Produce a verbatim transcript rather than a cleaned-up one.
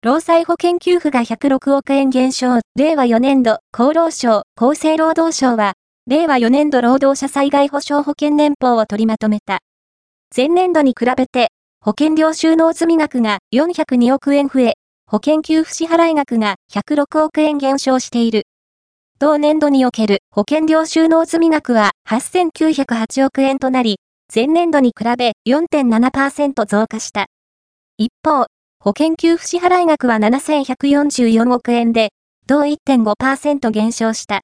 労災保険給付がひゃくろくおくえん減少。れいわよねんど、厚労省、厚生労働省は、れいわよねんど労働者災害保障保険年俸を取りまとめた。前年度に比べて、保険料収納積額がよんひゃくにおくえん増え、保険給付支払い額がひゃくろくおくえん減少している。同年度における保険料収納積額ははっせんきゅうひゃくはちおくえんとなり、前年度に比べ よんてんななパーセント 増加した。一方、保険給付支払い額はななせんひゃくよんじゅうよんおくえんで、同 いってんごパーセント 減少した。